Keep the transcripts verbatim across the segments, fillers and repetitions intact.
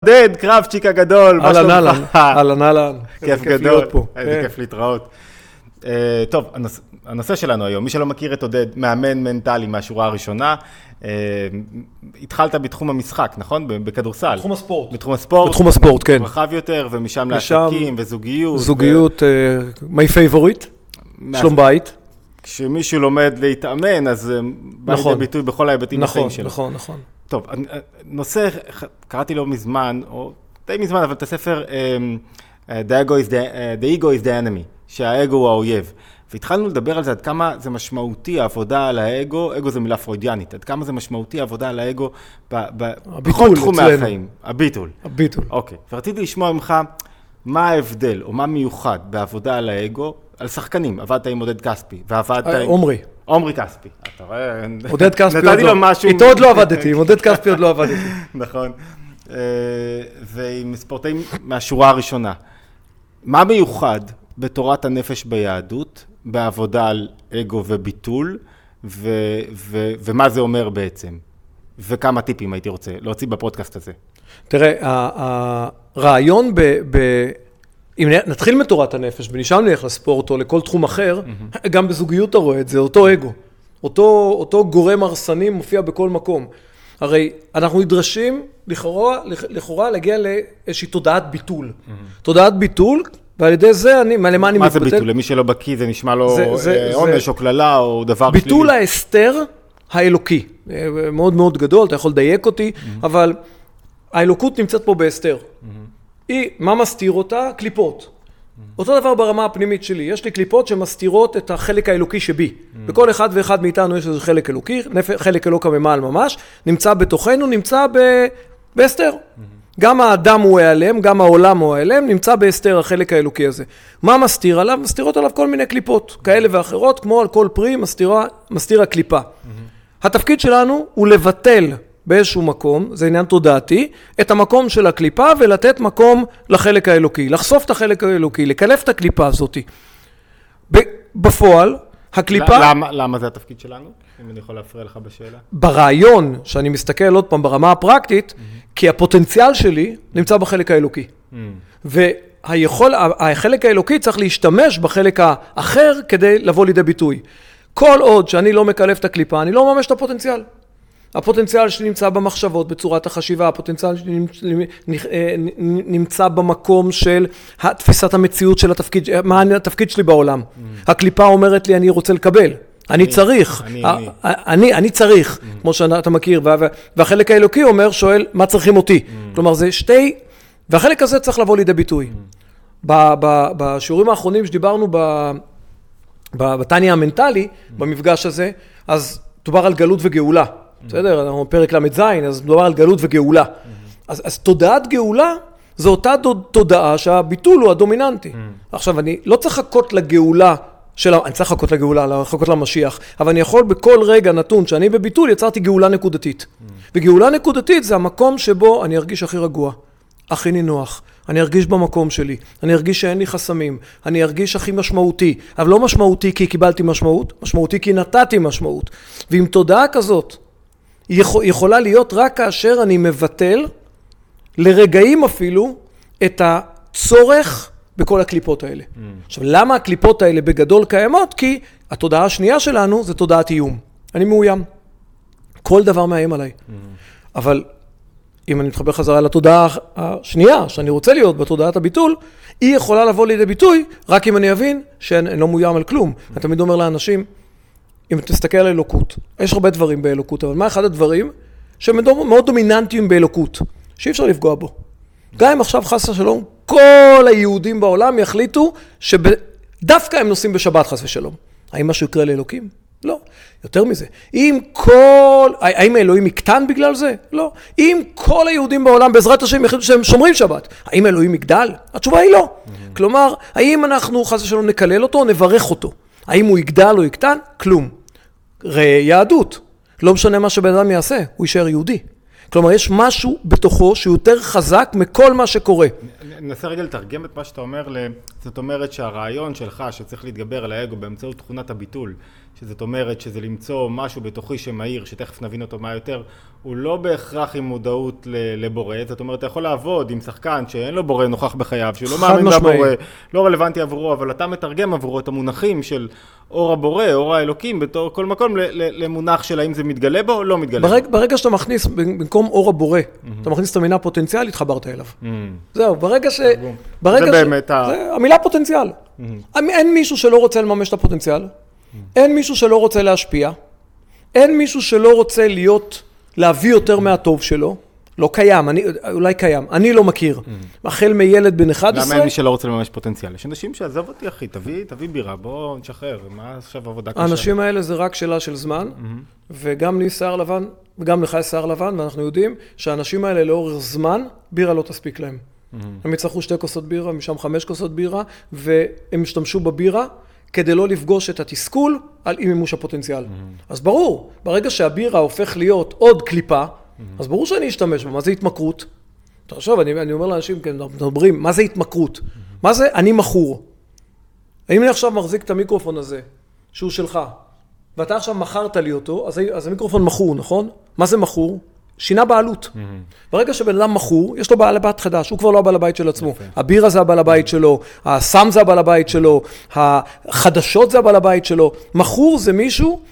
עודד, קרבצ'יק הגדול, מה שלומך? אהלן, אהלן, אהלן. כיף גדול, איזה כיף להתראות. טוב, הנושא שלנו היום, מי שלא מכיר את עודד, מאמן מנטלי מהשורה הראשונה, התחלת בתחום המשחק, נכון? בכדורסל. בתחום הספורט. בתחום הספורט. בתחום הספורט, כן. רחב יותר, ומשם לעסקים וזוגיות. זוגיות, my favorite, שלום בית. כשמישהו לומד להתאמן, אז בא לידי ביטוי בכל ההיבטים החיים שלו. נכון, נכון. טוב, נושא, קראתי לו מזמן, או די מזמן, אבל את הספר, The Ego is the, the Ego is the Enemy, שהאגו הוא האויב. והתחלנו לדבר על זה, עד כמה זה משמעותי העבודה על האגו, אגו זה מילה פרוידיאנית, עד כמה זה משמעותי העבודה על האגו בכל תחום מהחיים. הביטול. הביטול. אוקיי. ורציתי לשמוע ממך, מה ההבדל, או מה מיוחד בעבודה על האגו, על שחקנים. עבדת עם עודד כספי, ועבדת עם... עומרי. עומרי כספי. אתה רואה? עודד כספי עוד לא. נתתי לו משהו... איתו עוד לא עבדתי, עם עודד כספי עוד לא עבדתי. נכון. ועם ספורטאים מהשורה הראשונה. מה מיוחד בתורת הנפש ביהדות, בעבודה על אגו וביטול, ומה זה אומר בעצם? וכמה טיפים הייתי רוצה להוציא בפודקאסט הזה. תראה, הרעיון ב... אם נתחיל מתורת הנפש, ונשאר נלך לספורט או לכל תחום אחר, mm-hmm. גם בזוגיות אתה רואה את זה, אותו אגו. אותו, אותו גורם הרסני מופיע בכל מקום. הרי אנחנו נדרשים לכאורה, לכאורה להגיע לאיזושהי תודעת ביטול. Mm-hmm. תודעת ביטול, ועל ידי זה אני, למה אני מה מתבטל? זה ביטול? למי שלא בקיא זה נשמע לו זה, זה, עונש זה... או כללה או דבר שלילי. ביטול ההסתר האלוקי. מאוד מאוד גדול, אתה יכול לדייק אותי, mm-hmm. אבל האלוקות נמצאת פה בהסתר. Mm-hmm. היא, מה מסתיר אותה? קליפות. אותו דבר ברמה הפנימית שלי. יש לי קליפות שמסתירות את החלק האלוקי שבי. בכל אחד ואחד מאיתנו יש איזה חלק אלוקי, חלק אלוק הממעל ממש, נמצא בתוכנו, נמצא בהסתר. גם האדם הוא העלם, גם העולם הוא העלם, נמצא בהסתר החלק האלוקי הזה. מה מסתיר עליו? מסתירות עליו כל מיני קליפות, כאלה ואחרות, כמו על כל פרי מסתירה, מסתיר הקליפה. התפקיד שלנו הוא לבטל באיזשהו מקום, זה עניין תודעתי, את המקום של הקליפה ולתת מקום לחלק האלוקי, לחשוף את החלק האלוקי, לקלף את הקליפה הזאת. בפועל, הקליפה... למה, למה זה התפקיד שלנו? אם אני יכול להפריע לך בשאלה. ברעיון, שאני מסתכל עוד פעם ברמה הפרקטית, mm-hmm. כי הפוטנציאל שלי נמצא בחלק האלוקי. Mm-hmm. והיכול, החלק האלוקי צריך להשתמש בחלק האחר כדי לבוא לידי ביטוי. כל עוד שאני לא מקלף את הקליפה, אני לא ממש את הפוטנציאל. הפוטנציאל שלי נמצא במחשבות, בצורת החשיבה, הפוטנציאל שלי נמצא במקום של תפיסת המציאות של התפקיד, מה התפקיד שלי בעולם. הקליפה אומרת לי, אני רוצה לקבל, אני צריך, אני צריך, כמו שאתה מכיר, והחלק האלוקי אומר, שואל, מה צריכים אותי? כלומר, זה שתי, והחלק הזה צריך לבוא לידי ביטוי. בשיעורים האחרונים שדיברנו בתניה המנטלי, במפגש הזה, אז דובר על גלות וגאולה. בסדר, אנחנו פרק למד זין, אז מדובר על גלות וגאולה. אז, אז תודעת גאולה, זו אותה תודעה שהביטול הוא הדומיננטי. עכשיו, אני לא צריך לחכות לגאולה, של, אני צריך לחכות לגאולה, לחכות למשיח, אבל אני יכול בכל רגע נתון שאני בביטול, יצרתי גאולה נקודתית. וגאולה נקודתית זה המקום שבו אני ארגיש הכי רגוע, הכי נינוח. אני ארגיש במקום שלי, אני ארגיש שאין לי חסמים, אני ארגיש הכי משמעותי, אבל לא משמעותי כי קיבלתי משמעות, משמעותי כי נתתי משמעות. ועם תודעה כזאת, היא יכולה להיות רק כאשר אני מבטל, לרגעים אפילו, את הצורך בכל הקליפות האלה. Mm. עכשיו, למה הקליפות האלה בגדול קיימות? כי התודעה השנייה שלנו זה תודעת איום. אני מאוים. כל דבר מאיים עליי. Mm. אבל אם אני מתחבר חזרה לתודעה השנייה, שאני רוצה להיות בתודעת הביטול, היא יכולה לבוא לידי ביטוי, רק אם אני אבין שאני לא מאוים על כלום. Mm. אני תמיד אומר לאנשים, אם תסתכל על אלוקות, יש הרבה דברים באלוקות, אבל מה אחד הדברים שהם מאוד דומיננטיים באלוקות, שאי אפשר לפגוע בו. גם אם עכשיו חס ושלום, כל היהודים בעולם יחליטו שדווקא הם נוסעים בשבת חס ושלום. האם משהו יקרה לאלוקים? לא. יותר מזה. אם כל, האם האלוהים יקטן בגלל זה? לא. אם כל היהודים בעולם בעזרת השם יחליטו שהם שומרים שבת, האם האלוהים יגדל? התשובה היא לא. Mm-hmm. כלומר, האם אנחנו חס ושלום נקלל אותו או נברך אותו? האם הוא יגדל או יקטן? כלום. ראה יהדות. לא משנה מה שבן אדם יעשה, הוא יישאר יהודי. כלומר, יש משהו בתוכו שהוא יותר חזק מכל מה שקורה. ננסה רגע לתרגם את מה שאתה אומר, זאת אומרת שהרעיון שלך שצריך להתגבר על האגו באמצעות תכונת הביטול, שזאת אומרת שזה למצוא משהו בתוכי שמהיר, שתכף נבין אותו מה יותר, הוא לא בהכרח עם מודעות לבורא, זאת אומרת, אתה יכול לעבוד עם שחקן שאין לו בורא נוכח בחייו, שהוא לא מאמין בבורא, לא רלוונטי עבורו, אבל אתה מתרגם עבורו את המונחים של אור הבורא, אור האלוקים, בתור כל מקום למונח של האם זה מתגלה בו או לא מתגלה ברגע, בו. ברגע שאתה מכניס, במקום אור הבורא, mm-hmm. אתה מכניס את המילה פוטנציאל, התחברת אליו. Mm-hmm. זהו, ברגע ש... ברגע זה ש... באמת ה... זה המילה פוטנציאל. Mm-hmm. אין מישהו שלא רוצה לממש את הפוטנציאל, mm-hmm. אין מישהו שלא רוצה להשפיע, אין מישהו שלא רוצה להיות, להביא יותר מהטוב שלו, לא קיים, אני, אולי קיים, אני לא מכיר. Mm-hmm. החל מילד בן אחד עשרה... למה אין מי שלא רוצה לממש פוטנציאל? יש אנשים שעזב אותי אחי, תביא, תביא בירה, בוא נשחרר, מה עכשיו עבודה קשה? האנשים האלה זה רק שאלה של זמן, mm-hmm. וגם לי שיער לבן, וגם לך שיער לבן, ואנחנו יודעים שהאנשים האלה לאורך זמן, בירה לא תספיק להם. Mm-hmm. הם יצטרכו שתי כוסות בירה, משם חמש כוסות בירה, והם השתמשו בבירה, כדי לא לפגוש את התסכול על אי מימוש הפוטנציאל. Mm-hmm. אז ברור, ברגע שהבירה הופך להיות עוד קליפה, אז ברור שאני אשתמש בה, מה זה התמכרות? עכשיו, אני, אני אומר לאנשים, כן, מדברים, מה זה התמכרות? מה זה אני מכור? אם אני עכשיו מחזיק את המיקרופון הזה, שהוא שלך, ואתה עכשיו מכרת לי אותו, אז, אז המיקרופון מכור, נכון? מה זה מכור? שינה בעלות. ברגע שבן אדם מכור, יש לו בעל הבית חדש, הוא כבר לא הבעל הבית של עצמו. הבירה זה הבעל הבית שלו, הסם זה הבעל הבית שלו, החדשות זה הבעל הבית שלו. מכור זה מישהו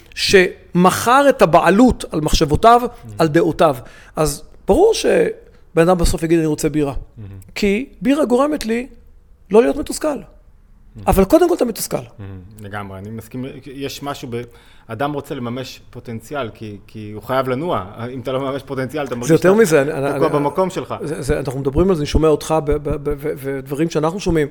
שמכר את הבעלות על מחשבותיו, על דעותיו. אז ברור שבן אדם בסוף יגיד אני רוצה בירה. כי בירה גורמת לי לא להיות מתוסכל. אבל קודם כל אתה מתוסכל. לגמרי, אני מסכים, יש משהו, אדם רוצה לממש פוטנציאל, כי, כי הוא חייב לנוע, אם אתה לא מממש פוטנציאל, אתה מרגיש שאתה תקוע במקום שלך. זה, זה, אנחנו מדברים על זה, אני שומע אותך ודברים שאנחנו שומעים.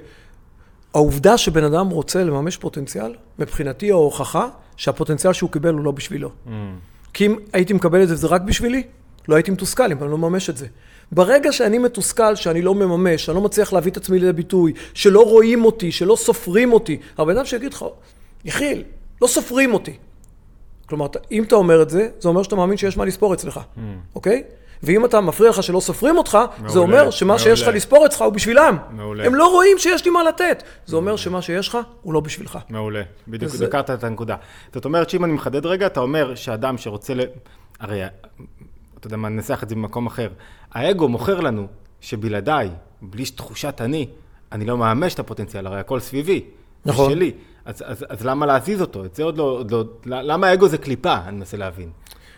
העובדה שבן אדם רוצה לממש פוטנציאל, מבחינתי ההוכחה שהפוטנציאל שהוא קיבל הוא לא בשבילו. כי אם הייתי מקבל את זה, זה רק בשבילי, לא הייתי מתוסכל, אם אני לא מממש את זה. ברגע שאני מתוסכל, שאני לא מממש, שאני לא מצליח להביא את עצמי לידי ביטוי, שלא רואים אותי, שלא סופרים אותי, הרבה אדם שיגיד לך, יחיל, לא סופרים אותי. כלומר, אם אתה אומר את זה, זה אומר שאתה מאמין שיש מה לספור אצלך, אוקיי? ואם אתה מפריע לך שלא סופרים אותך, זה אומר שמה שיש לך לספור אצלך הוא בשבילם. הם לא רואים שיש לי מה לתת. זה אומר שמה שיש לך הוא לא בשבילך. מעולה, בדיוק דקרת את הנקודה. זאת אומרת שאם אני מחדד רגע, אתה אומר שאדם שרוצה ל... הרי, אתה יודע מה, ננסח את זה במקום אחר. האגו מוכר לנו שבלעדיי, בלי תחושת אני, אני לא מאמש את הפוטנציאל, הרי הכל סביבי, נכון. שלי. אז, אז, אז למה להזיז אותו? את זה עוד לא, עוד לא... למה האגו זה קליפה? אני מנסה להבין.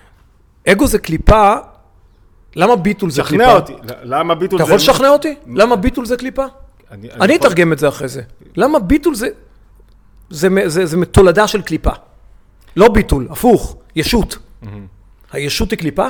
אגו זה קליפה, למה ביטול זה קליפה? שכנע אותי. למה ביטול זה... אתה יכול לשכנע אותי? למה ביטול זה קליפה? אני, אני, אני אתרגם את זה אחרי זה. למה ביטול זה... זה, זה, זה מתולדה של קליפה. לא ביטול, הפוך, ישות. הישות היא קליפה?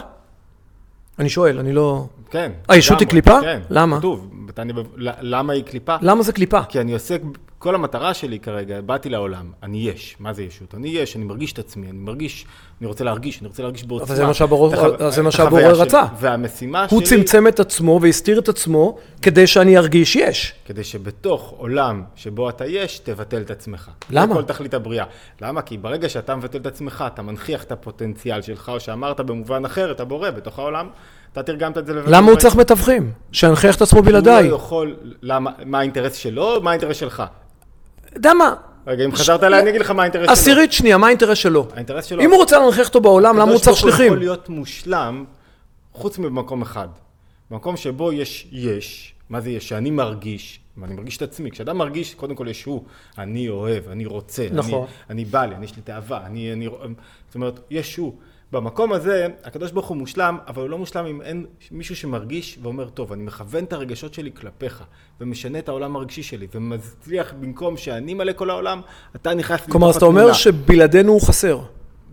אני שואל, אני לא... כן. הישות היא קליפה? כן. למה? כתוב, בתני, למה היא קליפה? למה זה קליפה? כי אני עוסק, כל המטרה שלי כרגע, באתי לעולם, אני יש. מה זה ישות? אני יש, אני מרגיש את עצמי, אני מרגיש, אני רוצה להרגיש, אני רוצה להרגיש בעוצמה. אבל זה מה שהבורא רצה. והמשימה שלי... הוא צמצם את עצמו והסתיר את עצמו כדי שאני ארגיש יש. כדי שבתוך עולם שבו אתה יש, תבטל את עצמך. למה? זה כל תכלית הבריאה. למה? כי ברגע שאתה מבטל את עצמך, אתה מנכיח את הפוטנציאל שלך, או שאמרת במובן אחר, אתה בורא בתוך העולם, אתה תרגמת את זה לבד. למה הוא צריך מתווכים? שהנכיח את עצמו בלעדיי. הוא לא יכול, למה, מה האינטרס שלו, מה האינטרס שלך? יודע מה? רגע, אם חזרת אליי, אני אגיד לך מה האינטרס שלו. עשירית שנייה, מה האינטרס שלו? האינטרס שלו... אם הוא רוצה להנכיח אותו בעולם, למה הוא צריך שליחים? הוא יכול להיות מושלם, חוץ מבמקום אחד. במקום שבו יש יש, מה זה יש? שאני מרגיש, ואני מרגיש את עצמי. כשאדם מרגיש, קודם כל יש הוא, אני אוהב, אני רוצה, נכון. אני, אני בא לי, אני יש לי תאווה, אני, אני, זאת אומרת, יש הוא. במקום הזה, הקדוש ברוך הוא מושלם, אבל הוא לא מושלם אם אין מישהו שמרגיש ואומר, טוב, אני מכוון את הרגשות שלי כלפיך, ומשנה את העולם הרגשי שלי, ומצליח במקום שאני מלא כל העולם, אתה נכנס לתוך התמונה. כלומר, אז אתה אומר שבלעדינו הוא חסר.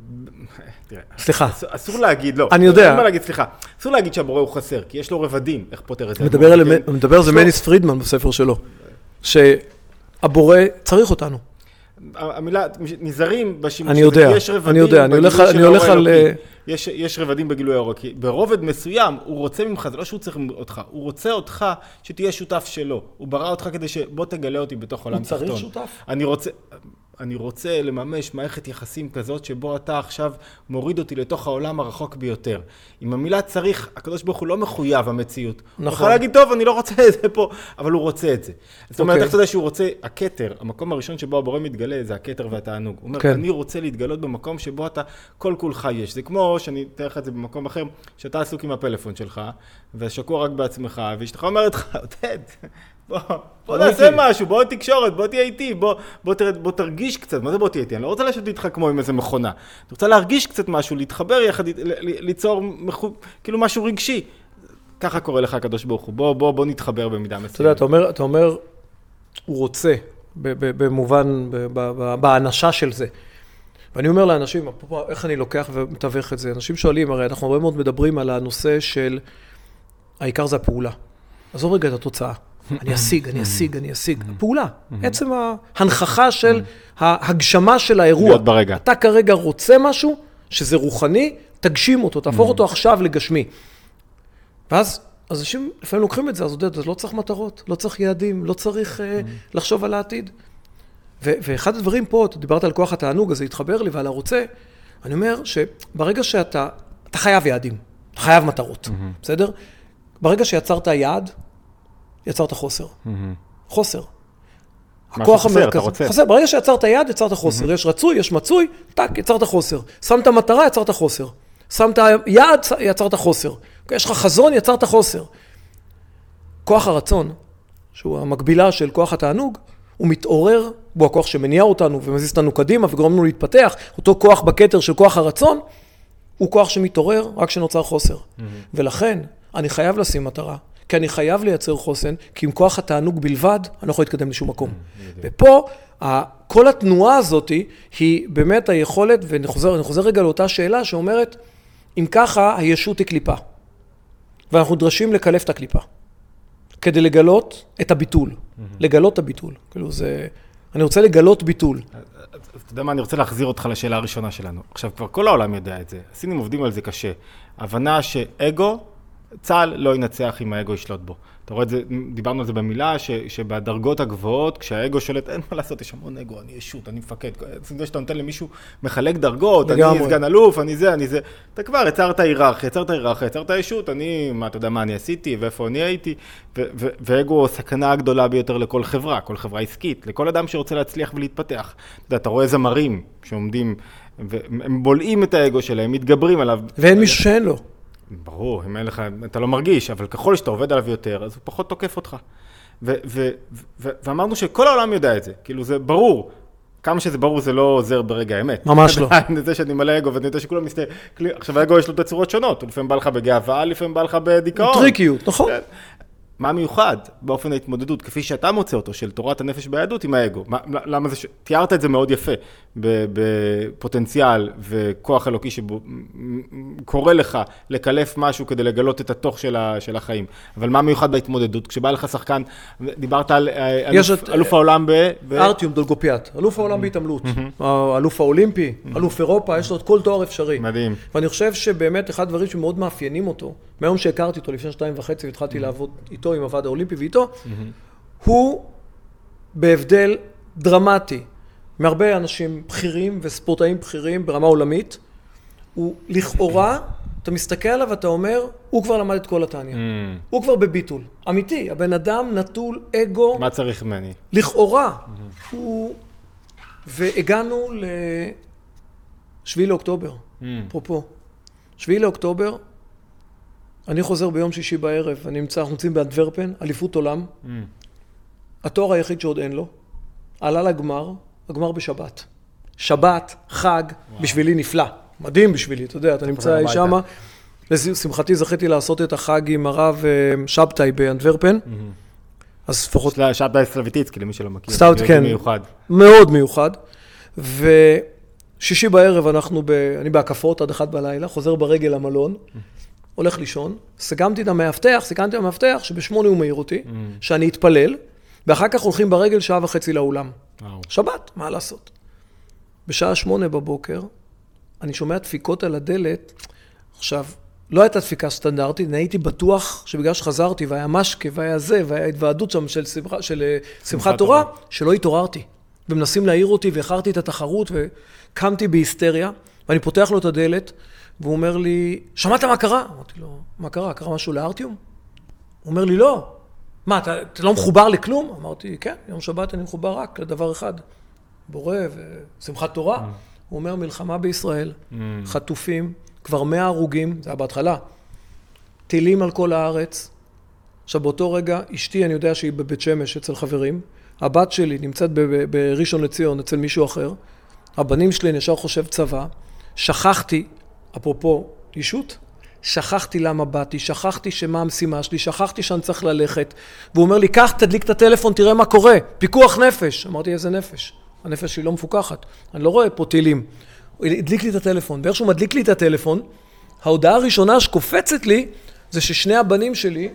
תראה, סליחה. אסור להגיד, לא. אני יודע. אין מה להגיד, סליחה. אסור להגיד שהבורא הוא חסר, כי יש לו רבדים, איך פותר את זה. מדבר על זה מניס פרידמן בספר שלו, שהבורא צריך אותנו. המילה, נזרים בשימוש, אני יודע, יש רבדים אני יודע, אני הולך, אני הולך על... יש, יש רבדים בגילוי האלוקי. ברובד מסוים, הוא רוצה ממך, זה לא שהוא צריך אותך, הוא רוצה אותך שתהיה שותף שלו. הוא ברא אותך כדי שבוא תגלה אותי בתוך עולם תחתון. הוא צריך שותף? אני רוצה... אני רוצה לממש מערכת יחסים כזאת שבו אתה עכשיו מוריד אותי לתוך העולם הרחוק ביותר. עם המילה צריך, הקדוש ברוך הוא לא מחויב המציאות. נכון. הוא יכול להגיד, טוב, אני לא רוצה את זה פה, אבל הוא רוצה את זה. זאת אומרת, איך אתה יודע שהוא רוצה, הכתר, המקום הראשון שבו הבורא מתגלה, זה הכתר והתענוג. הוא אומר, אני רוצה להתגלות במקום שבו אתה כל כולך יש. זה כמו שאני אתאר לך את זה במקום אחר, שאתה עסוק עם הפלאפון שלך, ושקוע רק בעצמך, ואשתך אומרת לך, עודד, בוא, בוא נעשה משהו, בוא תקשורת, בוא תהיה איתי, בוא, בוא, בוא תרגיש קצת, מה זה בוא תהיה איתי? אני לא רוצה לשבת איתך כמו עם איזה מכונה. אני רוצה להרגיש קצת משהו, להתחבר יחד, ליצור כאילו משהו רגשי. ככה קורא לך הקדוש ברוך הוא, בוא, בוא, בוא נתחבר במידה מסוימת. אתה יודע, אתה אומר, אתה אומר, הוא רוצה, במובן, באנשה של זה. ואני אומר לאנשים, איך אני לוקח ומתווך את זה? אנשים שואלים, הרי אנחנו הרבה מאוד מדברים על הנושא של, העיקר זה הפעולה. עזוב רגע את התוצאה. אני אשיג, אני אשיג, אני אשיג. הפעולה, עצם ההנכחה של ההגשמה של האירוע. להיות ברגע. אתה כרגע רוצה משהו, שזה רוחני, תגשים אותו, תהפוך אותו עכשיו לגשמי. ואז, אז אנשים לפעמים לוקחים את זה, אז יודע, אז לא צריך מטרות, לא צריך יעדים, לא צריך לחשוב על העתיד. ואחד הדברים פה, אתה דיברת על כוח התענוג, אז זה התחבר לי ועל הרוצה, אני אומר שברגע שאתה, אתה חייב יעדים, אתה חייב מטרות, בסדר? ברגע שיצרת יעד, יצרת חוסר. חוסר. הכוח המרכזי. חוסר. ברגע שיצרת יעד, יצרת חוסר. יש רצוי, יש מצוי, טק, יצרת חוסר. שמת מטרה, יצרת חוסר. שמת יעד, יצרת חוסר. יש לך חזון, יצרת חוסר. כוח הרצון, שהוא המקבילה של כוח התענוג, הוא מתעורר, בו הכוח שמניע אותנו ומזיז אותנו קדימה וגורם לנו להתפתח, אותו כוח בכתר של כוח הרצון, הוא כוח שמתעורר רק שנוצר חוסר. ולכן, אני חייב לשים מטרה, כי אני חייב לייצר חוסן, כי עם כוח התענוג בלבד, אני לא יכול להתקדם לשום מקום. ופה, כל התנועה הזאת היא באמת היכולת, ואני חוזר, אני חוזר רגע לאותה שאלה שאומרת, אם ככה, הישות היא קליפה. ואנחנו דרשים לקלף את הקליפה. כדי לגלות את הביטול. לגלות את הביטול. כאילו זה... אני רוצה לגלות ביטול. אתה יודע מה, אני רוצה להחזיר אותך לשאלה הראשונה שלנו. עכשיו, כבר כל העולם יודע את זה. הסינים עובדים על זה קשה. הבנה שאגו, צה"ל לא ינצח אם האגו ישלוט בו. אתה רואה את זה, דיברנו על זה במילה, ש, שבדרגות הגבוהות, כשהאגו שולט, אין מה לעשות, יש המון אגו, אני ישות, אני מפקד. זה שאתה נותן למישהו מחלק דרגות, אני סגן אלוף, אני זה, אני זה. אתה כבר יצרת היררכיה, יצרת היררכיה, יצרת ישות, אני, מה, אתה יודע מה אני עשיתי, ואיפה אני הייתי, ו, ו, ואגו סכנה הגדולה ביותר לכל חברה, כל חברה עסקית, לכל אדם שרוצה להצליח ולהתפתח. אתה יודע, אתה רואה זמרים שעומדים, והם בולעים את האגו שלהם, מתגברים עליו. ואין מישהו שאין לו. ברור, אם אין לך, אתה לא מרגיש, אבל ככל שאתה עובד עליו יותר, אז הוא פחות תוקף אותך. ו- ו- ו- ואמרנו שכל העולם יודע את זה, כאילו זה ברור. כמה שזה ברור זה לא עוזר ברגע האמת. ממש לא. זה שאני מלא אגו, ואני יודע שכולם מסתכל, עכשיו האגו יש לו תצורות שונות, לפעמים בא לך בגאווה, לפעמים בא לך בדיכאון. טריקיות, נכון. מה מיוחד באופן ההתמודדות, כפי שאתה מוצא אותו, של תורת הנפש ביהדות עם האגו? למה זה, תיארת את זה מאוד יפה, בפוטנציאל וכוח אלוקי שקורא לך לקלף משהו כדי לגלות את התוך של החיים. אבל מה מיוחד בהתמודדות? כשבא לך שחקן, דיברת על אלוף העולם ב... ארטיום דולגופיאט, אלוף העולם בהתעמלות, אלוף האולימפי, אלוף אירופה, יש לו את כל תואר אפשרי. מדהים. ואני חושב שבאמת אחד הדברים שמאוד מאפיינים אותו, מהיום שהכרתי אותו לפני שתיים וחצי והתחלתי לעבוד איתו עם הוועד האולימפי ואיתו, הוא בהבדל דרמטי מהרבה אנשים בכירים וספורטאים בכירים ברמה עולמית, הוא לכאורה, אתה מסתכל עליו ואתה אומר, הוא כבר למד את כל התניא. הוא כבר בביטול. אמיתי, הבן אדם נטול אגו. מה צריך ממני? לכאורה. הוא... והגענו לשביעי לאוקטובר, אפרופו. שביעי לאוקטובר, אני חוזר ביום שישי בערב, אני נמצא, אנחנו נמצאים באנטוורפן, אליפות עולם. Mm. התואר היחיד שעוד אין לו, עלה לגמר, הגמר בשבת. שבת, חג, וואו. בשבילי נפלא. מדהים בשבילי, אתה יודע, אתה נמצא אי שמה. לשמחתי זכיתי לעשות את החג עם הרב שבתאי באנטוורפן. Mm-hmm. אז לפחות... שבתאי סלוויטיצקי, למי שלא מכיר. סטאוט, כן. מיוחד. מאוד מיוחד. ושישי בערב אנחנו, ב... אני בהקפות עד אחת בלילה, חוזר ברגל למלון. Mm-hmm. הולך לישון, סגמתי את המאבטח, סיכנתי את המאבטח, שבשמונה הוא מעיר אותי, mm. שאני אתפלל, ואחר כך הולכים ברגל שעה וחצי לאולם. Wow. שבת, מה לעשות? בשעה שמונה בבוקר, אני שומע דפיקות על הדלת, עכשיו, לא הייתה דפיקה סטנדרטית, אני הייתי בטוח שבגלל שחזרתי, והיה משקה, והיה זה, והיה התוועדות שם של, שמחה, של שמחת תורה, שלא התעוררתי. ומנסים להעיר אותי, והחרתי את התחרות, וקמתי בהיסטריה, ואני פותח לו את הדלת, והוא אומר לי, שמעת מה קרה? אמרתי לו, מה קרה? קרה משהו לארטיום? הוא אומר לי, לא. מה, אתה, אתה לא מחובר לכלום? אמרתי, כן, יום שבת אני מחובר רק לדבר אחד. בורא ושמחת תורה. Mm. הוא אומר, מלחמה בישראל, mm. חטופים, כבר מאה הרוגים, זה היה בהתחלה, טילים על כל הארץ. עכשיו, באותו רגע, אשתי, אני יודע שהיא בבית שמש אצל חברים, הבת שלי נמצאת בראשון לציון אצל מישהו אחר, הבנים שלי נשאר חושב צבא, שכחתי, אפרופו אישות, שכחתי למה באתי, שכחתי שמה המשימה שלי, שכחתי שאני צריך ללכת, והוא אומר לי, קח, תדליק את הטלפון, תראה מה קורה, פיקוח נפש. אמרתי, איזה נפש? הנפש שלי לא מפוקחת, אני לא רואה פה טילים. הוא הדליק לי את הטלפון, ואיך שהוא מדליק לי את הטלפון, ההודעה הראשונה שקופצת לי, זה ששני הבנים שלי...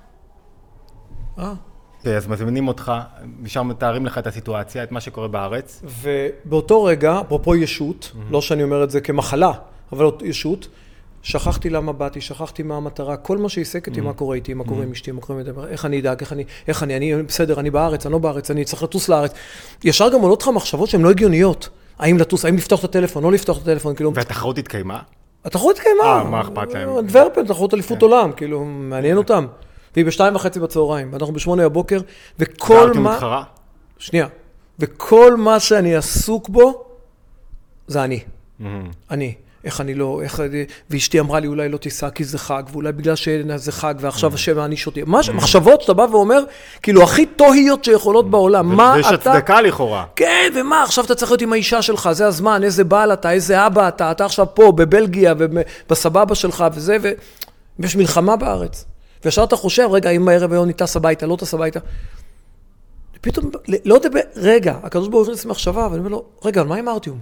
אה? אז מזמינים אותך, משם מתארים לך את הסיטואציה, את מה שקורה בארץ. ובאותו רגע, אפרופו ישות, לא שאני אומר את זה כמחלה, אבל ישות, שכחתי למה באתי, שכחתי מה המטרה, כל מה שהעסק אותי, מה קורה איתי, מה קורה עם אשתי, מה קורה עם מדבר, איך אני אדאג, איך אני, איך אני, אני בסדר, אני בארץ, אני לא בארץ, אני צריך לטוס לארץ. ישר גם עולות לך מחשבות שהן לא הגיוניות. האם לטוס, האם לפתוח את הטלפון, לא לפתוח את הטלפון, כאילו... והתחרות התקיימה? התחרות התקיימה. אה, מה אכפת להם? דברפן, תחרות אליפות עולם, כאילו, מעניין אותם. והיא בשתיים וחצי בצהריים, ואנחנו בשמונה בבוקר, וכל מה... מתחרה? שנייה. וכל מה שאני עסוק בו, זה אני. אני. איך אני לא, איך... ואשתי אמרה לי, אולי לא תיסע כי זה חג, ואולי בגלל שזה חג, ועכשיו השם אני שותה. מחשבות שאתה בא ואומר, כאילו, הכי תוהיות שיכולות בעולם. מה אתה... ויש הצדקה לכאורה. כן, ומה? עכשיו אתה צריך להיות עם האישה שלך, זה הזמן, איזה בעל אתה, איזה אבא אתה, אתה עכשיו פה, בבלגיה, ובסבבה שלך, וזה, ויש מלחמה בארץ. וישר אתה חושב, רגע, אם בערב היום ניטס הביתה, לא טס הביתה. פתאום, לא דבר, רגע, הקדוש ברוך הוא הכניס מחשבה, ואני אומר לו, רגע, על מה עם ארטיום?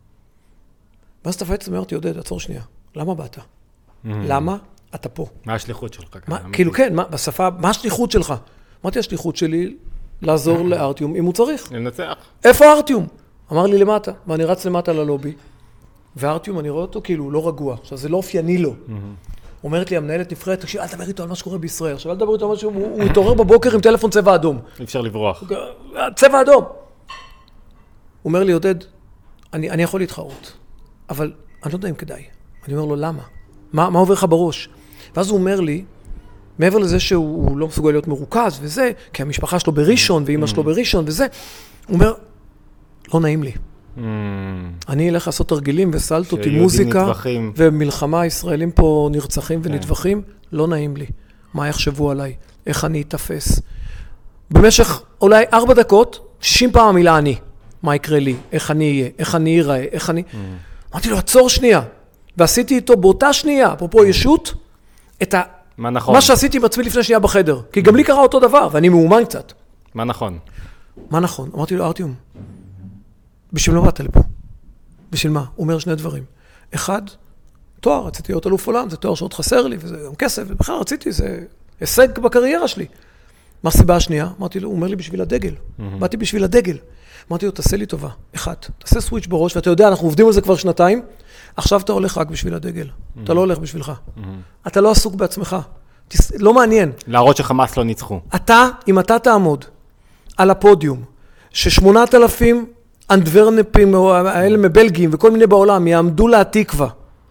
ואז תפעץ, אמרתי, עודד, עצור שנייה. למה באת? למה אתה פה? מה השליחות שלך? כאילו, כן, בשפה, מה השליחות שלך? אמרתי, השליחות שלי לעזור לארטיום, אם הוא צריך. לנצח. איפה ארטיום? אמר לי למטה, ואני רץ למטה ללובי, וארטיום, אני רואה אותו כאילו, הוא לא רגוע. עכשיו, זה לא אופייני לו. אומרת לי, המנהלת נבחרת, תקשיב, אל תדבר איתו על מה שקורה בישראל. עכשיו, אל תדבר איתו על מה שקורה, הוא התעורר בבוקר עם טלפון צבע אדום. אי אפשר לברוח. צבע אדום. הוא אומר לי, עודד, אני, אני יכול להתחרות, אבל אני לא יודע אם כדאי. אני אומר לו, למה? מה, מה עובר לך בראש? ואז הוא אומר לי, מעבר לזה שהוא לא מסוגל להיות מרוכז וזה, כי המשפחה שלו בראשון ואמא שלו בראשון וזה, הוא אומר, לא נעים לי. אני אלך לעשות תרגילים וסלטות עם מוזיקה ומלחמה, ישראלים פה נרצחים ונטבחים, לא נעים לי. מה יחשבו עליי? איך אני אתפס? במשך אולי ארבע דקות, שישים פעם המילה אני. מה יקרה לי? איך אני אהיה? איך אני אראה? איך אני... אמרתי לו, עצור שנייה. ועשיתי איתו באותה שנייה, אפרופו ישות, את ה... מה נכון? מה שעשיתי עם עצמי לפני שנייה בחדר. כי גם לי קרה אותו דבר, ואני מאומן קצת. מה נכון? מה נכון? אמרתי לו, ארטיום, בשביל מה באת לפה? בשביל מה? הוא אומר שני דברים. אחד, תואר, רציתי להיות אלוף עולם, זה תואר שעוד חסר לי, וזה גם כסף, ובכלל רציתי, זה הישג בקריירה שלי. מה הסיבה השנייה? אמרתי לו, הוא אומר לי בשביל הדגל. באתי בשביל הדגל. אמרתי לו, תעשה לי טובה. אחד, תעשה סוויץ' בראש, ואתה יודע, אנחנו עובדים על זה כבר שנתיים, עכשיו אתה הולך רק בשביל הדגל. אתה לא הולך בשבילך. אתה לא עסוק בעצמך. לא מעניין. להראות שחמאס לא ניצחו. אתה, אם אתה תעמוד על הפודיום, ששמונת אלפים אנדברנפים, האלה מבלגים וכל מיני בעולם, יעמדו להתקווה,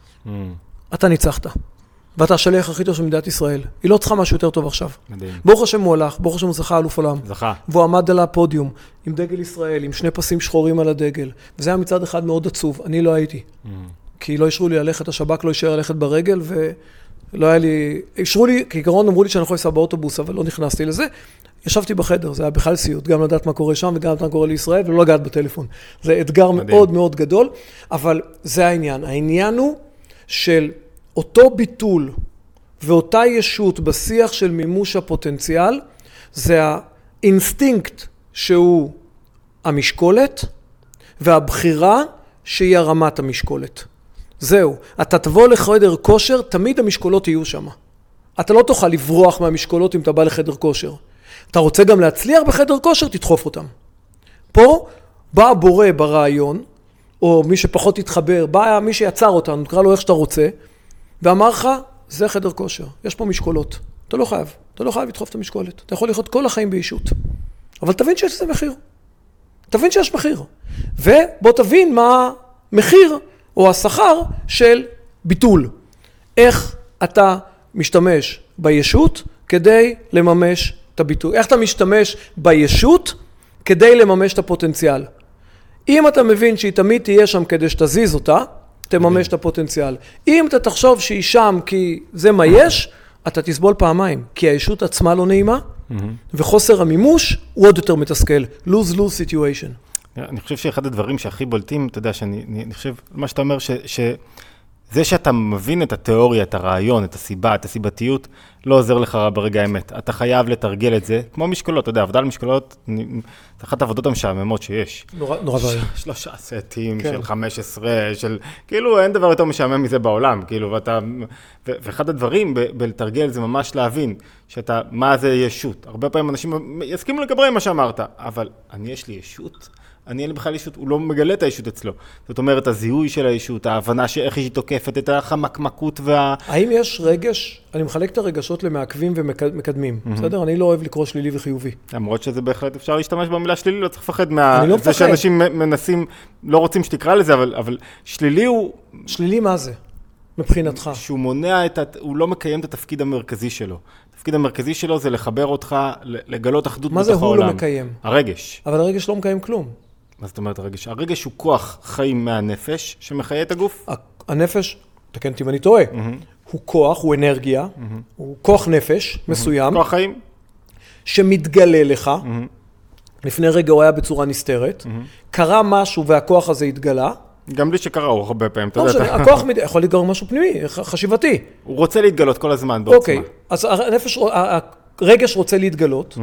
אתה ניצחת. ואתה השליח הכי טוב של מדינת ישראל. היא לא צריכה משהו יותר טוב עכשיו. מדהים. ברוך השם הוא הלך, ברוך השם הוא זכה אלוף עולם. זכה. והוא עמד על הפודיום, עם דגל ישראל, עם שני פסים שחורים על הדגל. וזה היה מצד אחד מאוד עצוב. אני לא הייתי. Mm. כי לא אישרו לי ללכת, השב"כ לא אישר ללכת ברגל, ולא היה לי... אישרו לי, כעיקרון אמרו לי שאני יכול לנסוע באוטובוס, אבל לא נכנסתי לזה. ישבתי בחדר, זה היה בכלל סיוט, גם לדעת מה קורה שם וגם לדעת מה קורה לישראל, ולא לגעת בטלפון. זה אתגר מדהים. מאוד מאוד גדול, אבל זה העניין. העניין הוא של אותו ביטול ואותה ישות בשיח של מימוש הפוטנציאל, זה האינסטינקט שהוא המשקולת, והבחירה שהיא הרמת המשקולת. זהו, אתה תבוא לחדר כושר, תמיד המשקולות יהיו שם. אתה לא תוכל לברוח מהמשקולות אם אתה בא לחדר כושר. אתה רוצה גם להצליח בחדר כושר, תדחוף אותם. פה בא הבורא ברעיון, או מי שפחות התחבר, בא מי שיצר אותנו, נקרא לו איך שאתה רוצה, ואמר לך, זה חדר כושר, יש פה משקולות. אתה לא חייב, אתה לא חייב לדחוף את המשקולת. אתה יכול לחיות כל החיים באישות. אבל תבין שיש לזה מחיר. תבין שיש מחיר. ובוא תבין מה המחיר או השכר של ביטול. איך אתה משתמש בישות כדי לממש את הביטול. איך אתה משתמש בישות כדי לממש את הפוטנציאל. אם אתה מבין שהיא תמיד תהיה שם כדי שתזיז אותה, תממש את הפוטנציאל. אם אתה תחשוב שהיא שם כי זה מה יש, אתה תסבול פעמיים. כי הישות עצמה לא נעימה, וחוסר המימוש הוא עוד יותר מתסכל. lose-lose situation. אני חושב שאחד הדברים שהכי בולטים, אתה יודע, שאני אני חושב, מה שאתה אומר, ש, שזה שאתה מבין את התיאוריה, את הרעיון, את הסיבה, את הסיבתיות, לא עוזר לך ברגע האמת. אתה חייב לתרגל את זה, כמו משקולות, אתה יודע, עבודה על משקולות, זה אחת העבודות המשעממות שיש. נורא, נורא בעיה. שלושה סטים כן. של חמש עשרה, של, כאילו אין דבר יותר משעמם מזה בעולם, כאילו, ואתה, ו, ואחד הדברים ב, בלתרגל זה ממש להבין, שאתה, מה זה ישות. הרבה פעמים אנשים יסכימו לגבי מה שאמרת, אבל אני יש לי ישות, אני אין לי בכלל ישות, הוא לא מגלה את הישות אצלו. זאת אומרת, הזיהוי של הישות, ההבנה שאיך היא תוקפת את החמקמקות וה... האם יש רגש? אני מחלק את הרגשות למעכבים ומקדמים. בסדר? אני לא אוהב לקרוא שלילי וחיובי. למרות שזה בהחלט אפשר להשתמש במילה שלילי, לא צריך לפחד מה... אני לא מפחד. זה שאנשים מנסים, לא רוצים שתקרא לזה, אבל, אבל שלילי הוא... שלילי מה זה? מבחינתך. שהוא מונע את... הוא לא מקיים את התפקיד המרכזי שלו. התפקיד המרכזי שלו זה לחבר אותך, לגלות אחדות בתוך העולם. מה זה הוא לא מקיים? הרגש. אבל הרגש לא מקיים כלום. מה זאת אומרת הרגש? הרגש הוא כוח חיים מהנפש שמחיה את הגוף? הנפש, תקן אותי אם אני טועה, הוא כוח, הוא אנרגיה, הוא כוח נפש מסוים. כוח חיים? שמתגלה לך, לפני רגע הוא היה בצורה נסתרת, קרה משהו והכוח הזה התגלה. גם לי שקרה הוא הרבה פעמים, אתה לא יודע. משנה, הכוח יכול להתגלות משהו פנימי, חשיבתי. הוא רוצה להתגלות כל הזמן בעוצמה. אוקיי, אז הנפש, הרגש רוצה להתגלות,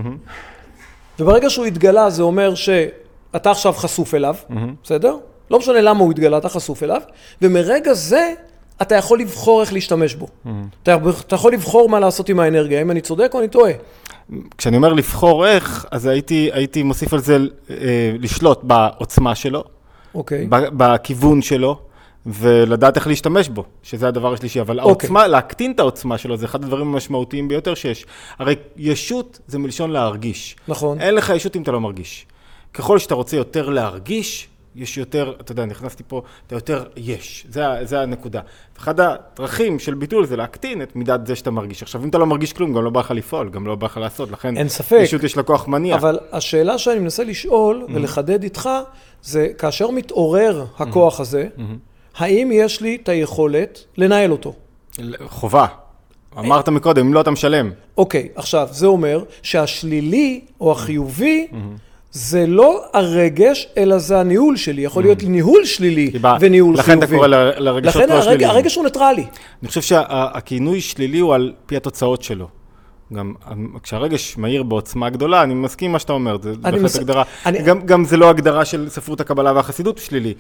וברגע שהוא התגלה זה אומר ש... אתה עכשיו חשוף אליו, mm-hmm. בסדר? לא משנה למה הוא התגלה, אתה חשוף אליו, ומרגע זה אתה יכול לבחור איך להשתמש בו. Mm-hmm. אתה, אתה יכול לבחור מה לעשות עם האנרגיה, אם אני צודק או אני טועה. כשאני אומר לבחור איך, אז הייתי, הייתי מוסיף על זה אה, לשלוט בעוצמה שלו, אוקיי. בכיוון שלו, ולדעת איך להשתמש בו, שזה הדבר השלישי. אבל אוקיי. העוצמה, להקטין את העוצמה שלו, זה אחד הדברים המשמעותיים ביותר שיש. הרי ישות זה מלשון להרגיש. נכון. אין לך ישות אם אתה לא מרגיש. ככל שאתה רוצה יותר להרגיש, יש יותר, אתה יודע, נכנסתי פה, אתה יותר יש. זה, זה הנקודה. אחד הדרכים של ביטול זה להקטין את מידת זה שאתה מרגיש. עכשיו, אם אתה לא מרגיש כלום, גם לא בא לך לפעול, גם לא בא לך לעשות. לכן, אין ספק. פשוט יש לקוח מניע. אבל השאלה שאני מנסה לשאול mm-hmm. ולחדד איתך, זה כאשר מתעורר הכוח mm-hmm. הזה, mm-hmm. האם יש לי את היכולת לנהל אותו? חובה. אמרת מקודם, אם לא אתה משלם. אוקיי, עכשיו, זה אומר שהשלילי או החיובי, mm-hmm. זה לא הרגש, אלא זה הניהול שלי. יכול להיות ניהול שלילי וניהול חיובי. לכן אתה קורא לרגשות לא שלילי. לכן הרגש הוא ניטרלי. אני חושב שהכינוי שלילי הוא על פי התוצאות שלו. גם כשהרגש מהיר בעוצמה גדולה, אני מסכים עם מה שאתה אומר, זה בהחלט הגדרה. גם זה לא הגדרה של ספרות הקבלה והחסידות שלילי.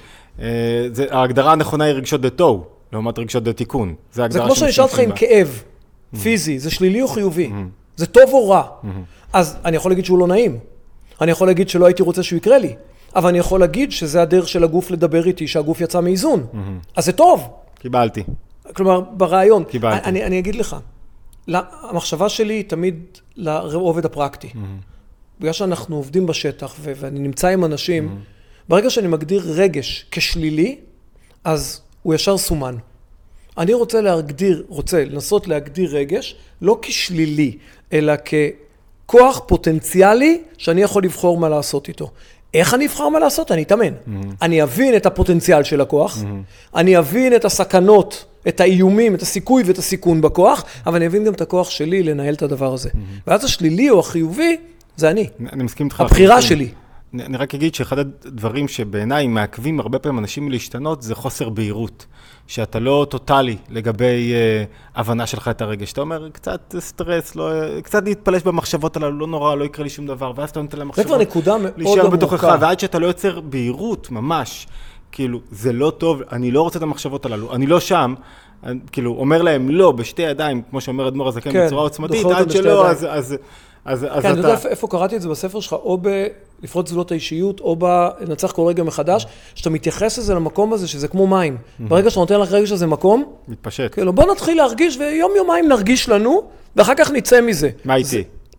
ההגדרה הנכונה היא רגשות דתו, לעומת רגשות דתיקון. זה כמו שאני אשאל אותך עם כאב פיזי, זה שלילי או חיובי? זה טוב או רע? אז אני יכול להגיד שהוא לא נעים. אני יכול להגיד שלא הייתי רוצה שהוא יקרה לי, אבל אני יכול להגיד שזה הדרך של הגוף לדבר איתי, שהגוף יצא מאיזון. Mm-hmm. אז זה טוב. קיבלתי. כלומר, ברעיון. קיבלתי. אני, אני אגיד לך, המחשבה שלי היא תמיד לעובד הפרקטי. Mm-hmm. בגלל שאנחנו עובדים בשטח, ו- ואני נמצא עם אנשים, mm-hmm. ברגע שאני מגדיר רגש כשלילי, אז הוא ישר סומן. אני רוצה להגדיר, רוצה לנסות להגדיר רגש, לא כשלילי, אלא כ... כוח פוטנציאלי שאני יכול לבחור מה לעשות איתו. איך אני אבחר מה לעשות? אני אתאמן. Mm-hmm. אני אבין את הפוטנציאל של הכוח, mm-hmm. אני אבין את הסכנות, את האיומים, את הסיכוי ואת הסיכון בכוח, אבל אני אבין גם את הכוח שלי לנהל את הדבר הזה. Mm-hmm. ואז השלילי או החיובי, זה אני. אני מסכים איתך. הבחירה שלי. אני, אני רק אגיד שאחד הדברים שבעיניי מעכבים הרבה פעמים אנשים להשתנות, זה חוסר בהירות. שאתה לא טוטלי לגבי uh, הבנה שלך את הרגש. אתה אומר, קצת סטרס, לא, קצת להתפלש במחשבות הללו, לא נורא, לא יקרה לי שום דבר, ואז אתה נותן למחשבות. זה כבר נקודה מאוד להישאר בתוכך, ועד שאתה לא יוצר בהירות ממש, כאילו, זה לא טוב, אני לא רוצה את המחשבות הללו, אני לא שם, אני, כאילו, אומר להם לא, בשתי ידיים, כמו שאומר אדמו"ר הזקן, כן, בצורה עוצמתית, עד שלא, אז, אז, אז, אז כן, אתה... אני יודע איפה קראתי את זה בספר שלך, או בלפרוץ גבולות האישיות, או בנצח כל רגע מחדש, שאתה מתייחס לזה למקום הזה, שזה כמו מים. ברגע שאתה נותן לך רגע שזה מקום, מתפשט. כאילו, בוא נתחיל להרגיש, ויום יומיים נרגיש לנו, ואחר כך נצא מזה. מה איתי?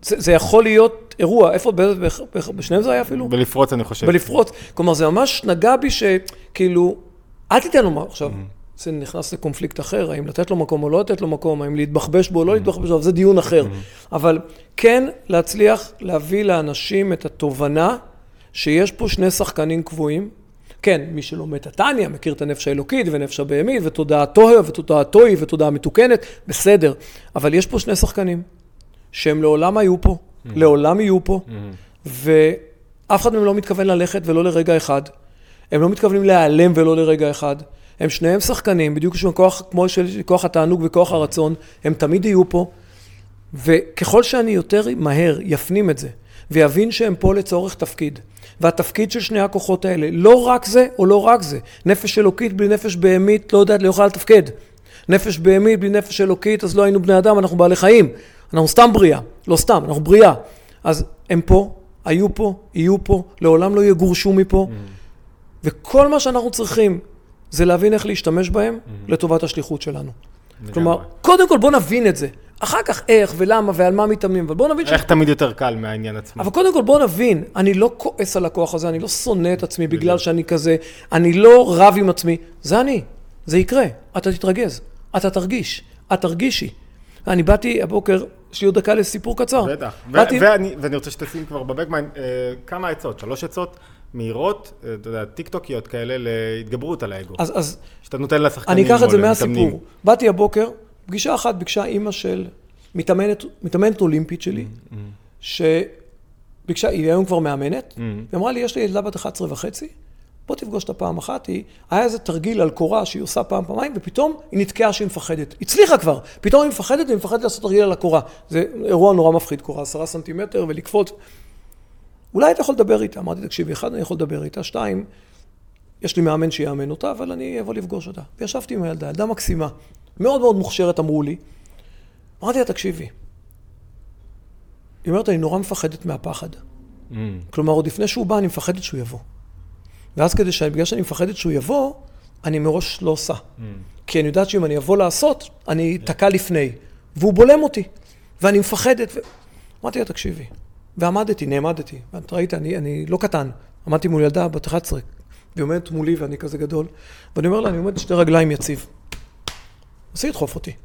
זה, זה יכול להיות אירוע, איפה, בשניהם זה היה אפילו? בלפרוץ אני חושב. בלפרוץ, כלומר זה ממש נגע בי שכאילו, אל תיתן לו מה עכשיו, זה נכנס לקונפליקט אחר, האם לתת לו מקום או לא לתת לו מקום, האם להתבחבש בו או לא להתבחבש בו, זה דיון אחר. אבל כן להצליח להביא לאנשים את התובנה שיש פה שני שחקנים קבועים, כן, מי שלומד את התניה, מכיר את הנפש האלוקית ונפש הבהמית, ותודעה טוהר ותודעה טוהי ותודעה מתוקנת, בסדר. אבל יש פה שני שחקנים, שהם לעולם היו פה, לעולם יהיו פה, ואף אחד מהם לא מתכוון ללכת ולא לרגע אחד. הם לא מתכוונים להיעלם ולא לרגע אחד. הם שניהם שחקנים, בדיוק כמו כוח, כמו של כוח התענוג וכוח הרצון, הם תמיד יהיו פה. וככל שאני יותר מהר יפנים את זה, ויבין שהם פה לצורך תפקיד, והתפקיד של שני הכוחות האלה, לא רק זה או לא רק זה. נפש אלוקית בלי נפש בהמית לא יודעת, לא יכולה לתפקד. נפש בהמית בלי נפש אלוקית, אז לא היינו בני אדם, אנחנו בעלי חיים. אנחנו סתם בריאה, לא סתם, אנחנו בריאה. אז הם פה, היו פה, יהיו פה, לעולם לא יגורשו מפה. Mm. וכל מה שאנחנו צריכים זה להבין איך להשתמש בהם mm. לטובת השליחות שלנו. כלומר, קודם כל בוא נבין את זה. אחר כך איך ולמה ועל מה מתאמנים, אבל בוא נבין... איך ש... תמיד יותר קל מהעניין עצמו. אבל קודם כל בוא נבין, אני לא כועס על הכוח הזה, אני לא שונא את עצמי בגלל שאני כזה, אני לא רב עם עצמי. זה אני, זה יקרה. אתה תתרגז, אתה תרגיש, את תרגישי. אני באתי הבוקר, יש לי עוד דקה לסיפור קצר. בטח, באתי... ואני, ואני רוצה שתשים כבר בבקמיין אה, כמה עצות, שלוש עצות מהירות, אה, אתה יודע, טיקטוקיות כאלה להתגברות על האגו. אז, אז... שאתה נותן לשחקנים. אני אקח את זה מהסיפור. באתי הבוקר, פגישה אחת ביקשה אימא של מתאמנת, מתאמנת אולימפית שלי, mm-hmm. שביקשה, היא היום כבר מאמנת, mm-hmm. ואמרה לי, יש לי ילדה בת אחת עשרה וחצי, בוא תפגוש אותה פעם אחת, היא, היה איזה תרגיל על קורה שהיא עושה פעם פעמיים, ופתאום היא נתקעה שהיא מפחדת. הצליחה כבר, פתאום היא מפחדת, והיא מפחדת לעשות תרגיל על הקורה. זה אירוע נורא מפחיד, קורה עשרה סנטימטר ולקפוץ. אולי אתה יכול לדבר איתה, אמרתי, תקשיבי, אחד, אני יכול לדבר איתה, שתיים, יש לי מאמן שיאמן אותה, אבל אני אבוא לפגוש אותה. וישבתי עם הילדה, ילדה מקסימה, מאוד מאוד מוכשרת, אמרו לי. אמרתי לה, תקשיבי. היא אומרת, אני נורא מפחדת מהפחד. Mm. כלומר, עוד לפני שהוא בא, אני מפחדת שהוא יבוא. ואז כדי שאני, בגלל שאני מפחדת שהוא יבוא, אני מראש לא עושה. Mm. כי אני יודעת שאם אני אבוא לעשות, אני תקע לפני. והוא בולם אותי. ואני מפחדת. ו... אמרתי לה, תקשיבי. ועמדתי, נעמדתי. ואת ראית, אני, אני לא קטן. עמדתי מול ילדה בת אחת עשרה. והיא עומדת מולי ואני כזה גדול. ואני אומר לה, אני עומד שתי רגליים יציב. עשי לדחוף אותי.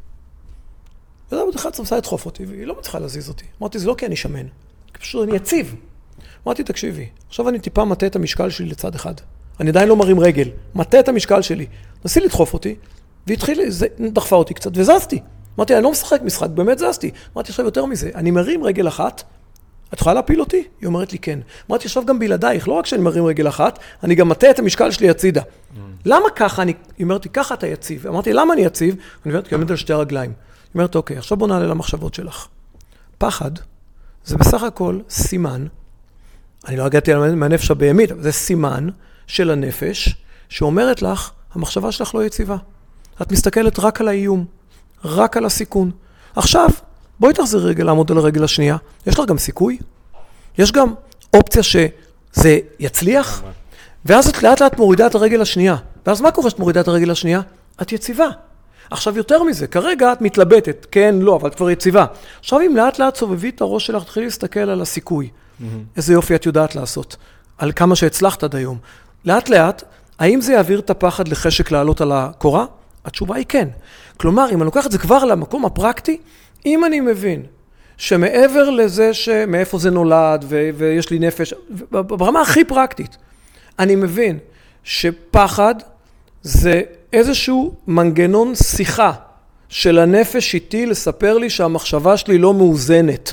ילדה בת אחת עשרה עושה לדחוף אותי, והיא לא מצליחה להזיז אותי. אמרתי, זה לא כי אני שמן. כי פשוט אני יציב. אמרתי, תקשיבי, עכשיו אני טיפה מטה את המשקל שלי לצד אחד. אני עדיין לא מרים רגל. מטה את המשקל שלי. נסי לדחוף אותי, והתחיל, זה, דחפה אותי קצת, וזזתי. אמרתי, אני לא משחק משחק, באמת זזתי. אמרתי, עכשיו יותר מזה, אני מרים רגל אחת, את יכולה להפיל אותי? היא אומרת לי, כן. אמרתי, עכשיו גם בלעדייך, לא רק שאני מרים רגל אחת, אני גם מטה את המשקל שלי הצידה. Mm. למה ככה? אני, היא אומרת לי, ככה אתה יציב. אמרתי, למה אני יציב? אני אומרת, כי אני עומד על שתי רגליים. היא אומרת, אוקיי, עכשיו בוא נעלה למחשבות שלך. פחד, זה בסך הכל סימן, אני לא הגעתי מהנפש הבהמית, אבל זה סימן של הנפש, שאומרת לך, המחשבה שלך לא יציבה. את מסתכלת רק על האיום, רק על הסיכון. עכשיו, בואי תחזיר רגל לעמוד על הרגל השנייה. יש לך גם סיכוי? יש גם אופציה שזה יצליח? ואז את לאט לאט מורידה את הרגל השנייה. ואז מה קורה שאת מורידה את הרגל השנייה? את יציבה. עכשיו יותר מזה, כרגע את מתלבטת, כן, לא, אבל את כבר יציבה. עכשיו אם לאט לאט סובבי את הראש שלך, תתחיל להסתכל על הסיכוי. Mm-hmm. איזה יופי את יודעת לעשות, על כמה שהצלחת עד היום. לאט לאט, האם זה יעביר את הפחד לחשק לעלות על הקורה? התשובה היא כן. כלומר, אם אני לוקח את זה כבר למקום הפרקטי, אם אני מבין שמעבר לזה שמאיפה זה נולד ו- ויש לי נפש, ברמה הכי פרקטית, אני מבין שפחד זה איזשהו מנגנון שיחה של הנפש איתי לספר לי שהמחשבה שלי לא מאוזנת.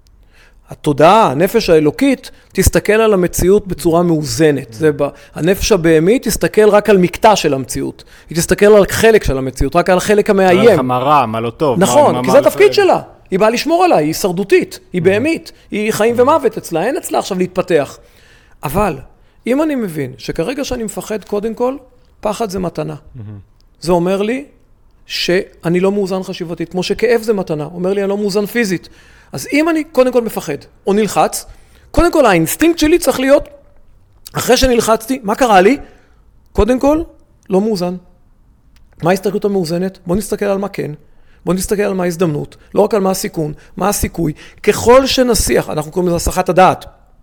התודעה, הנפש האלוקית, תסתכל על המציאות בצורה מאוזנת. זה ב... הנפש הבהמית תסתכל רק על מקטע של המציאות. היא תסתכל על חלק של המציאות, רק על החלק המאיים. מה רע, מה לא טוב. נכון, מה, כי מה, זה התפקיד שלה. היא באה לשמור עליי, היא שרדותית, היא בהמית, היא חיים ומוות אצלה, אין אצלה עכשיו להתפתח. אבל, אם אני מבין שכרגע שאני מפחד קודם כל, פחד זה מתנה. זה אומר לי שאני לא מאוזן חשיבתית, כמו שכאב זה מתנה. אומר לי, אני לא מאוזן פיזית. אז אם אני קודם כל מפחד או נלחץ, קודם כל האינסטינקט שלי צריך להיות, אחרי שנלחצתי, מה קרה לי? קודם כל, לא מאוזן. מה ההסתכלות המאוזנת? בוא נסתכל על מה כן. בוא נסתכל על מה ההזדמנות, לא רק על מה הסיכון, מה הסיכוי. ככל שנסיח, אנחנו קוראים לזה הסחת הדעת.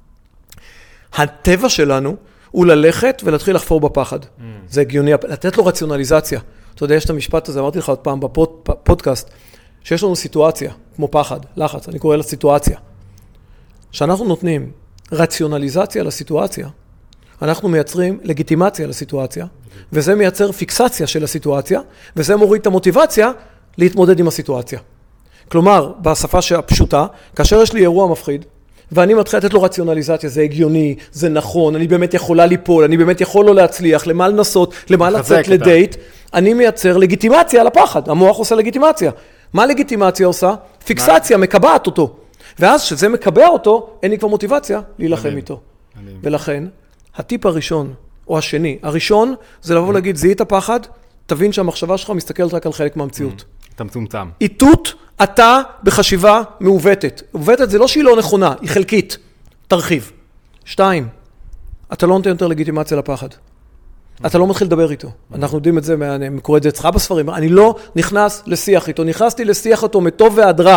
הטבע שלנו הוא ללכת ולהתחיל לחפור בפחד. Mm. זה הגיוני, לתת לו רציונליזציה. אתה יודע, יש את המשפט הזה, אמרתי לך עוד פעם בפודקאסט, שיש לנו סיטואציה, כמו פחד, לחץ, אני קורא לה סיטואציה. שאנחנו נותנים רציונליזציה לסיטואציה, אנחנו מייצרים לגיטימציה לסיטואציה, וזה מייצר פיקסציה של הסיטואציה, וזה מוריד את המוטיבציה להתמודד עם הסיטואציה. כלומר, בשפה הפשוטה, כאשר יש לי אירוע מפחיד, ואני מתחיל לתת לו רציונליזציה, זה הגיוני, זה נכון, אני באמת יכולה ליפול, אני באמת יכול לא להצליח, למה לנסות, למה לצאת לדייט, אני מייצר לגיטימציה לפחד, המוח עושה לגיטימציה. מה לגיטימציה עושה? פיקסציה, מקבעת אותו. ואז שזה מקבע אותו, אין לי כבר מוטיבציה להילחם איתו. ולכן, הטיפ הראשון, או השני, הראשון, זה לבוא להגיד, זיהי את הפחד, תבין שהמחשבה שלך מסתכלת רק על חלק מהמציאות. אתה מצומצם. איתות, אתה בחשיבה מעוותת. מעוותת זה לא שהיא לא נכונה, היא חלקית. תרחיב. שתיים, אתה לא נותן יותר לגיטימציה לפחד. אתה לא מתחיל לדבר איתו. אנחנו יודעים את זה, אני קורא את זה אצלך בספרים, אני לא נכנס לשיח איתו, נכנסתי לשיח אותו מטוב ועד רע.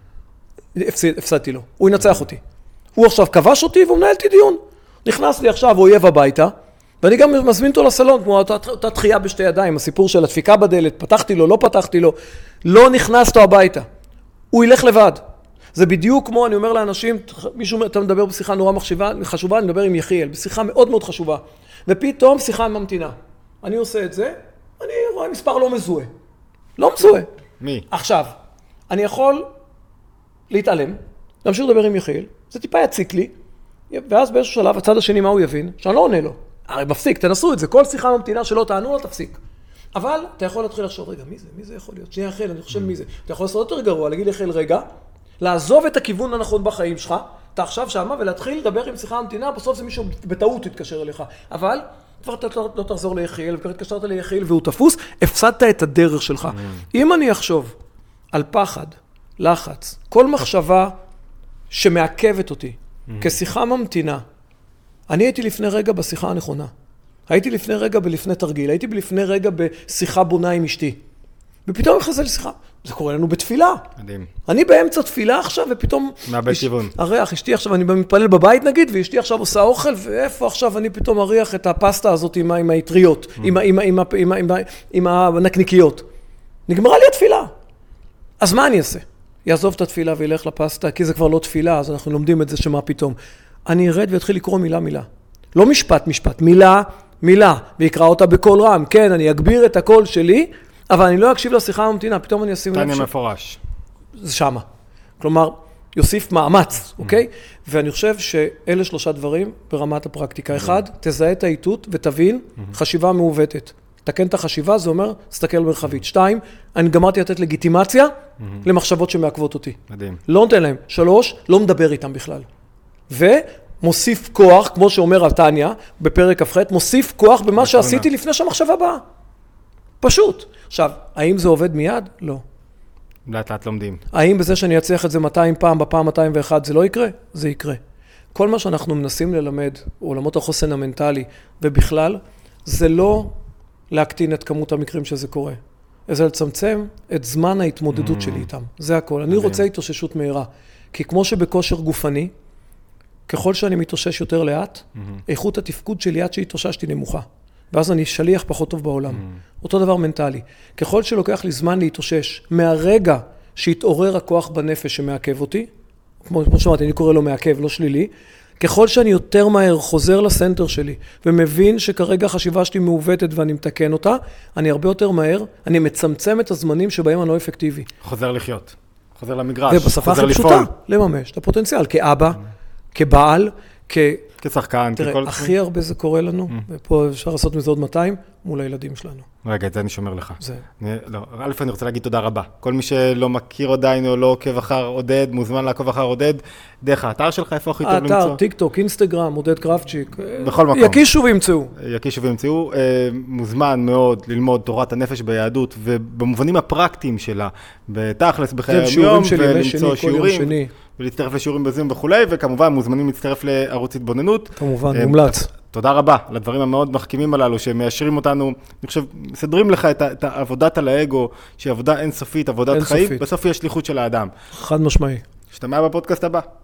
הפסדתי לו, הוא ינצח אותי. הוא עכשיו כבש אותי והוא מנהל אותי דיון. נכנס לי עכשיו אויב הביתה, ואני גם מזמין אותו לסלון, כמו אותה, אותה תחייה בשתי ידיים, הסיפור של הדפיקה בדלת, פתחתי לו, לא פתחתי לו, לא נכנסתו הביתה. הוא ילך לבד. זה בדיוק כמו, אני אומר לאנשים, מישהו, אתה מדבר בשיחה נורא מחשיבה, חשובה, אני מדבר עם יחיאל, בשיחה מאוד מאוד חשובה. ופתאום שיחה ממתינה. אני עושה את זה, אני רואה מספר לא מזוהה. לא מזוהה. מי? עכשיו, אני יכול להתעלם, להמשיך לדבר עם יחיאל, זה טיפה יציק לי, ואז באיזשהו שלב, הצד השני, מה הוא יבין? שאני לא עונה לו. הרי מפסיק, תנסו את זה, כל שיחה ממתינה שלא תענו, לא תפסיק. אבל אתה יכול להתחיל לחשוב, רגע, מי זה? מי זה יכול להיות? שנייה יחיאל, אני חושב מי זה. אתה יכול לעשות יותר גרוע, להגיד יחיאל, רגע, לעזוב את הכיוון הנכון בחיים שלך, אתה עכשיו שמה, ולהתחיל לדבר עם שיחה ממתינה, בסוף זה מישהו בטעות יתקשר אליך. אבל כבר אתה לא תחזור ליחיאל, וכבר התקשרת ליחיאל והוא תפוס, הפסדת את הדרך שלך. אם אני אחשוב על פחד, לחץ, כל מחשבה שמעכבת אותי, כשיחה ממתינה, אני הייתי לפני רגע בשיחה הנכונה. הייתי לפני רגע בלפני תרגיל, הייתי לפני רגע בשיחה בונה עם אשתי. ופתאום אני חזר לשיחה. זה קורה לנו בתפילה. מדהים. אני באמצע תפילה עכשיו, ופתאום... מאבד כיוון. הריח, אשתי עכשיו, אני מתפלל בבית נגיד, ואשתי עכשיו עושה אוכל, ואיפה עכשיו אני פתאום אריח את הפסטה הזאת עם, עם האטריות, עם, עם, עם, עם, עם, עם הנקניקיות. נגמרה לי התפילה. אז מה אני אעשה? יעזוב את התפילה וילך לפסטה, כי זה כבר לא תפילה, אז אנחנו לומדים את זה שמה פתאום. אני ארד ואתחיל לקרוא מילה מילה. לא משפט משפט, מילה מילה, ויקרא אותה בקול רם. כן, אני אגביר את הקול שלי, אבל אני לא אקשיב לשיחה הממתינה, פתאום אני אשים לב תניה מפורש. זה שמה. כלומר, יוסיף מאמץ, אוקיי? ואני חושב שאלה שלושה דברים ברמת הפרקטיקה. אחד, תזהה את האיתות ותבין חשיבה מעוותת. תקן את החשיבה, זה אומר, תסתכל מרחבית. שתיים, אני גמרתי לתת לגיטימציה למחשבות שמעכבות אותי. מדהים. לא נותן להם. שלוש, לא מדבר איתם בכלל. ומוסיף כוח, כמו שאומר תניה, בפרק כ"ח, מוסיף כוח במה שעשיתי לפני שהמחשבה באה. פשוט. עכשיו, האם זה עובד מיד? לא. לאט לאט לומדים. האם בזה שאני אצליח את זה מאתיים פעם, בפעם מאתיים ואחת, זה לא יקרה? זה יקרה. כל מה שאנחנו מנסים ללמד, עולמות החוסן המנטלי, ובכלל, זה לא להקטין את כמות המקרים שזה קורה. זה לצמצם את זמן ההתמודדות שלי איתם. זה הכל. אני רוצה התאוששות מהירה. כי כמו שבכושר גופני, ככל שאני מתאושש יותר לאט, איכות התפקוד שלי עד שהתאוששתי נמוכה. ואז אני שליח פחות טוב בעולם. אותו דבר מנטלי. ככל שלוקח לי זמן להתאושש, מהרגע שהתעורר הכוח בנפש שמעכב אותי, כמו שאמרתי, אני קורא לו מעכב, לא שלילי, ככל שאני יותר מהר חוזר לסנטר שלי, ומבין שכרגע החשיבה שלי מעוותת ואני מתקן אותה, אני הרבה יותר מהר, אני מצמצם את הזמנים שבהם אני לא אפקטיבי. חוזר לחיות, חוזר למגרש, ובשפה הכי פשוטה, לממש את הפוטנציאל, כאבא, כבעל, כ... כשחקן, תראה, ככל... הכי הרבה זה קורה לנו, ופה אפשר לעשות מזה עוד מאתיים, מול הילדים שלנו. רגע, את זה אני שומר לך. זה. אני, לא, א', אני רוצה להגיד תודה רבה. כל מי שלא מכיר עדיין או לא עוקב אחר עודד, מוזמן לעקוב אחר עודד. דרך האתר שלך, איפה הכי טוב למצוא? האתר, טיק טוק, אינסטגרם, עודד קרפצ'יק. בכל מקום. יקישו וימצאו. יקישו וימצאו. מוזמן מאוד ללמוד תורת הנפש ביהדות, ובמובנים הפרקטיים שלה, בתכלס, בחיי היום, ולמצוא שיעורים. ולהצטרף לשיעורים בזום וכולי, וכמובן מוזמנים להצטרף לערוץ התבוננות. כמובן, מומלץ. תודה רבה על הדברים המאוד מחכימים הללו, שמיישרים אותנו, אני חושב, מסדרים לך את, את העבודת על האגו, שהיא עבודה אינסופית, עבודת חיים, בסוף היא השליחות של האדם. חד משמעי. שתמע בפודקאסט הבא.